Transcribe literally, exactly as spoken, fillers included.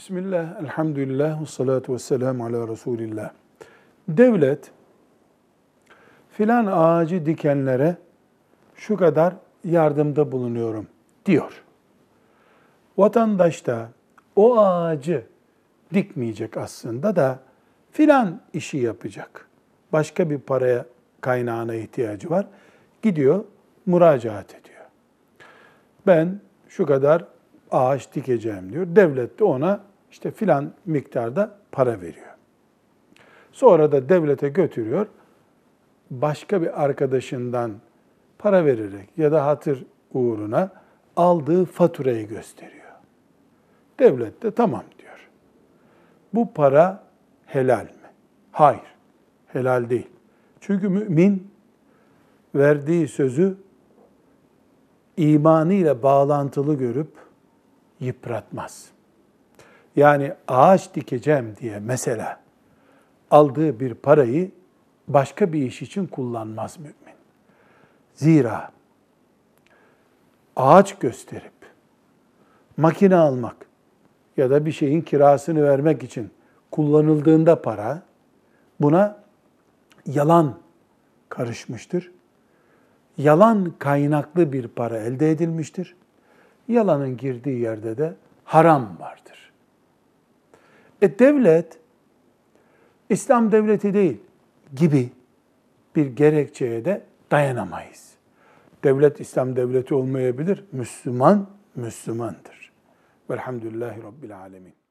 Bismillah, elhamdülillah, ve salatu ve selamu ala Resulillah. Devlet, filan ağacı dikenlere şu kadar yardımda bulunuyorum diyor. Vatandaş da o ağacı dikmeyecek aslında da filan işi yapacak. Başka bir paraya, kaynağına ihtiyacı var. Gidiyor, müracaat ediyor. Ben şu kadar ağaç dikeceğim diyor. Devlet de ona işte filan miktarda para veriyor. Sonra da devlete götürüyor. Başka bir arkadaşından para vererek ya da hatır uğruna aldığı faturayı gösteriyor. Devlet de tamam diyor. Bu para helal mi? Hayır, helal değil. Çünkü mümin verdiği sözü imanıyla bağlantılı görüp yıpratmaz. Yani ağaç dikeceğim diye mesela aldığı bir parayı başka bir iş için kullanmaz mümin. Zira ağaç gösterip makine almak ya da bir şeyin kirasını vermek için kullanıldığında para, buna yalan karışmıştır. Yalan kaynaklı bir para elde edilmiştir. Yalanın girdiği yerde de haram vardır. E devlet, İslam devleti değil gibi bir gerekçeye de dayanamayız. Devlet İslam devleti olmayabilir. Müslüman, Müslümandır. Velhamdülillahi Rabbil alemin.